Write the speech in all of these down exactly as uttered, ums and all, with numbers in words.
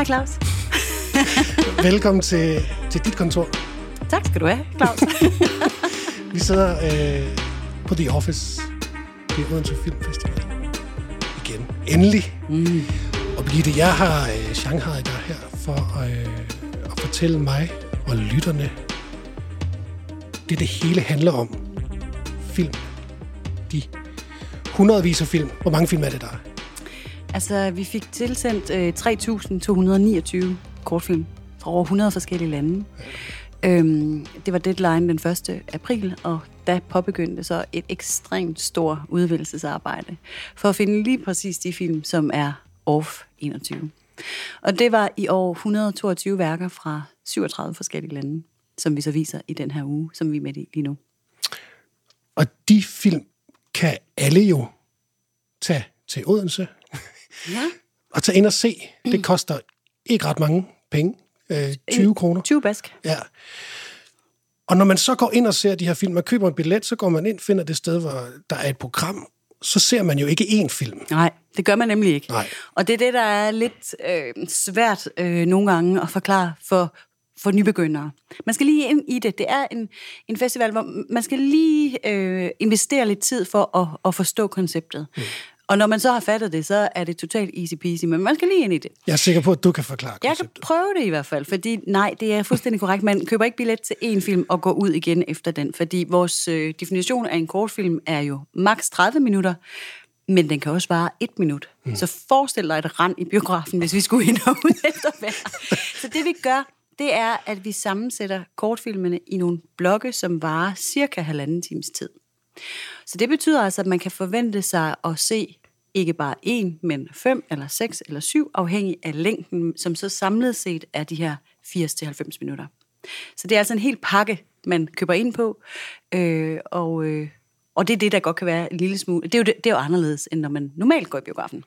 Hej Claus. Velkommen til, til dit kontor. Tak skal du have, Claus. Vi sidder øh, på The Office ved Odense Filmfestival. Igen. Endelig. Mm. Og Birgitte, jeg har øh, Shanghai dig her for øh, at fortælle mig og lytterne det, det hele handler om. Film. De hundredvis af film. Hvor mange film er det, der er? Altså, vi fik tilsendt øh, tre tusind to hundrede niogtyve kortfilm fra over hundrede forskellige lande. Ja. Øhm, det var deadline den første april, og da påbegyndte så et ekstremt stort udvælgelsesarbejde for at finde lige præcis de film, som er off enogtyve. Og det var i år et hundrede og toogtyve værker fra syvogtredive forskellige lande, som vi så viser i den her uge, som vi er med i lige nu. Og de film kan alle jo tage til Odense. Ja. Og tage ind og se. Det koster ikke ret mange penge. Øh, tyve kroner. tyve bask. Ja. Og når man så går ind og ser de her film, man køber en billet, så går man ind og finder det sted, hvor der er et program, så ser man jo ikke én film. Nej, det gør man nemlig ikke. Nej. Og det er det, der er lidt øh, svært øh, nogle gange at forklare for, for nybegyndere. Man skal lige ind i det. Det er en, en festival, hvor man skal lige øh, investere lidt tid for at, at forstå konceptet. Mm. Og når man så har fattet det, så er det totalt easy peasy, men man skal lige ind i det. Jeg er sikker på, at du kan forklare konceptet. Jeg kan prøve det i hvert fald, fordi nej, det er fuldstændig korrekt. Man køber ikke billet til én film og går ud igen efter den, fordi vores øh, definition af en kortfilm er jo maks tredive minutter, men den kan også vare et minut. Mm. Så forestil dig et rand i biografen, hvis vi skulle ind og ud efter hver. Så det vi gør, det er, at vi sammensætter kortfilmene i nogle blokke, som varer cirka halvanden times tid. Så det betyder altså, at man kan forvente sig at se ikke bare en, men fem eller seks eller syv, afhængig af længden, som så samlet set er de her firs til halvfems minutter. Så det er altså en hel pakke, man køber ind på, øh, og, øh, og det er det, der godt kan være en lille smule. Det er jo, det, det er jo anderledes, end når man normalt går i biografen.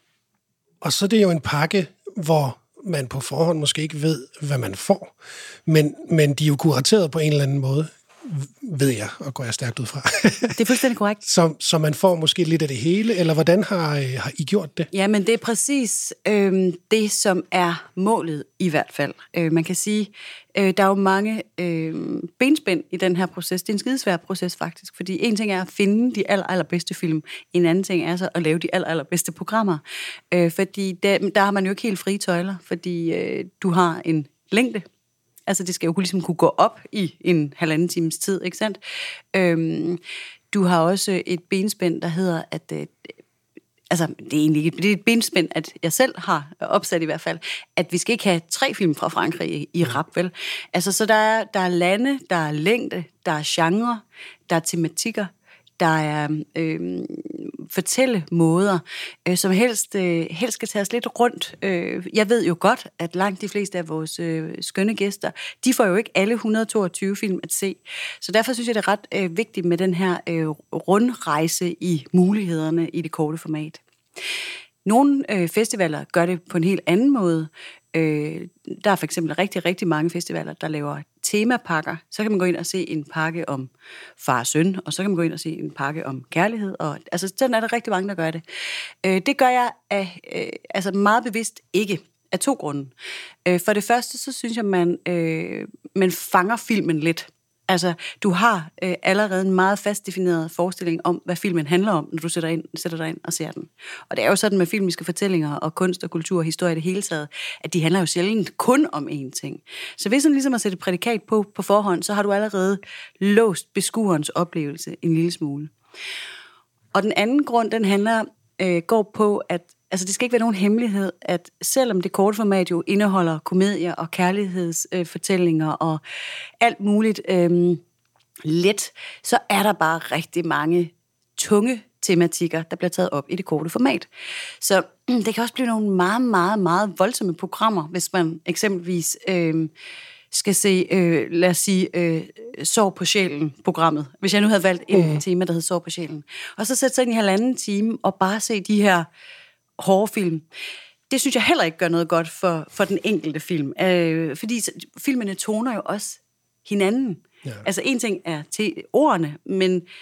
Og så er det jo en pakke, hvor man på forhånd måske ikke ved, hvad man får, men, men de er jo kurateret på en eller anden måde, ved jeg, og går jeg stærkt ud fra. Det er fuldstændig korrekt. Så, så man får måske lidt af det hele, eller hvordan har, har I gjort det? Ja, men det er præcis øh, det, som er målet i hvert fald. Øh, man kan sige, øh, der er jo mange øh, benspænd i den her proces. Det er en skidesvær proces faktisk, fordi en ting er at finde de aller, allerbedste film, en anden ting er så at lave de aller, allerbedste programmer. Øh, fordi der, der har man jo ikke helt frie tøjler, fordi øh, du har en længde. Altså, det skal jo ligesom kunne gå op i en halvanden times tid, ikke sandt? Øhm, du har også et benspænd, der hedder, at... Øh, altså, det er egentlig ikke... Det er et benspænd, at jeg selv har opsat i hvert fald, at vi skal ikke have tre film fra Frankrig i, i rap, vel? Altså, så der er, der er lande, der er længde, der er genre, der er tematikker, der er øh, fortællemåder, øh, som helst, øh, helst skal tage os lidt rundt. Øh, jeg ved jo godt, at langt de fleste af vores øh, skønne gæster, de får jo ikke alle et hundrede og toogtyve film at se. Så derfor synes jeg, det er ret øh, vigtigt med den her øh, rundrejse i mulighederne i det korte format. Nogle øh, festivaler gør det på en helt anden måde. Øh, der er for eksempel rigtig, rigtig mange festivaler, der laver temapakker. Så kan man gå ind og se en pakke om far og søn, og så kan man gå ind og se en pakke om kærlighed. Og, altså, sådan er der rigtig mange, der gør det. Øh, det gør jeg af, øh, altså meget bevidst ikke, af to grunde. Øh, for det første, så synes jeg, man, øh, man fanger filmen lidt. Altså, du har øh, allerede en meget fast defineret forestilling om, hvad filmen handler om, når du sætter, ind, sætter dig ind og ser den. Og det er jo sådan med filmiske fortællinger og kunst og kultur og historie i det hele taget, at de handler jo sjældent kun om én ting. Så ved sådan ligesom at sætte prædikat på på forhånd, så har du allerede låst beskuerens oplevelse en lille smule. Og den anden grund, den handler, øh, går på, at altså, det skal ikke være nogen hemmelighed, at selvom det korte format jo indeholder komedier og kærlighedsfortællinger øh, og alt muligt øh, let, så er der bare rigtig mange tunge tematikker, der bliver taget op i det korte format. Så det kan også blive nogle meget, meget, meget voldsomme programmer, hvis man eksempelvis øh, skal se, øh, lad os sige, øh, Sår på sjælen-programmet. Hvis jeg nu havde valgt et mm. tema, der hed Sår på sjælen. Og så sætte sig ind i halvanden time og bare se de her hårde film. Det synes jeg heller ikke gør noget godt for, for den enkelte film. Øh, fordi filmene toner jo også hinanden. Ja. Altså en ting er til ordene, men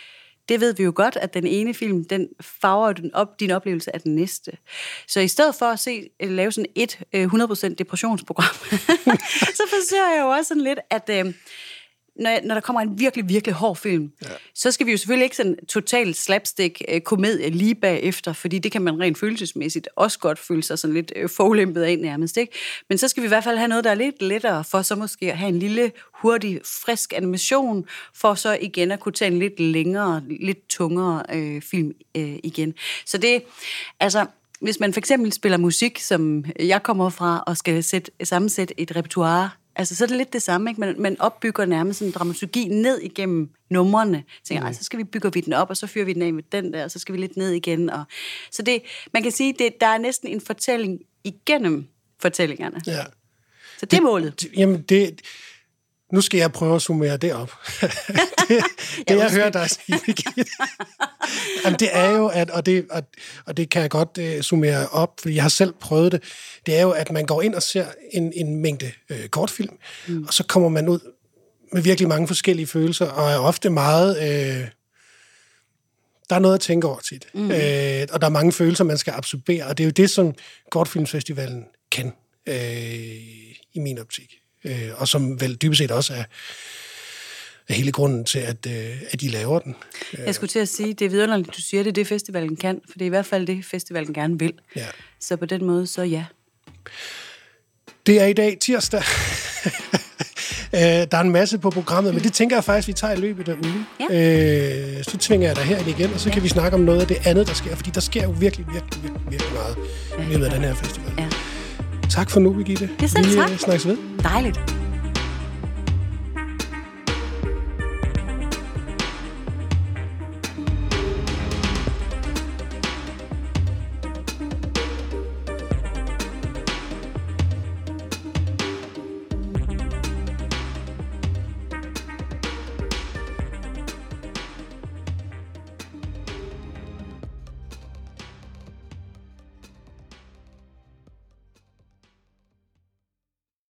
det ved vi jo godt, at den ene film, den farver den op, din oplevelse af den næste. Så i stedet for at se, lave sådan et hundrede procent depressionsprogram, så forsøger jeg jo også sådan lidt, at øh, når, når der kommer en virkelig, virkelig hård film, ja. så skal vi jo selvfølgelig ikke sådan totalt slapstick-komedie lige bagefter, fordi det kan man rent følelsesmæssigt også godt føle sig sådan lidt forlæmpet af nærmest, ikke? Men så skal vi i hvert fald have noget, der er lidt lettere, for så måske at have en lille, hurtig, frisk animation, for så igen at kunne tage en lidt længere, lidt tungere øh, film øh, igen. Så det, altså... Hvis man for eksempel spiller musik, som jeg kommer fra, og skal sætte, sammensætte et repertoire, altså så er det lidt det samme, ikke? Man, man opbygger nærmest en dramaturgi ned igennem numrene. Så tænker, mm. så skal vi bygge vi den op, og så fyrer vi den af med den der, og så skal vi lidt ned igen. Og, så det, man kan sige, det, der er næsten en fortælling igennem fortællingerne. Ja. Så det er målet. Det, jamen det... Nu skal jeg prøve at summere det op. det, det jeg, jeg hører dig sige, Jamen, det er jo, at, og, det, og, og det kan jeg godt uh, summere op, fordi jeg har selv prøvet det, det er jo, at man går ind og ser en, en mængde uh, kortfilm, mm. og så kommer man ud med virkelig mange forskellige følelser, og er ofte meget... Uh, der er noget at tænke over tit. Mm. Uh, og der er mange følelser, man skal absorbere, og det er jo det, som Kortfilmsfestivalen kan, uh, i min optik. Øh, og som vel dybest set også er, er hele grunden til, at, øh, at de laver den. Jeg skulle til at sige, det er vidunderligt, du siger det, det festivalen kan, for det er i hvert fald det, festivalen gerne vil. Ja. Så på den måde, så ja. Det er i dag tirsdag. Der er en masse på programmet, men det tænker jeg faktisk, vi tager i løbet af ugen. Ja. Øh, så tvinger jeg dig herind igen, og så ja. kan vi snakke om noget af det andet, der sker, fordi der sker jo virkelig, virkelig, virkelig, virkelig meget i løbet af den her festival. Ja. Tak for nu, Birgitte. Det er selv tak. Vi snakkes ved. Dejligt.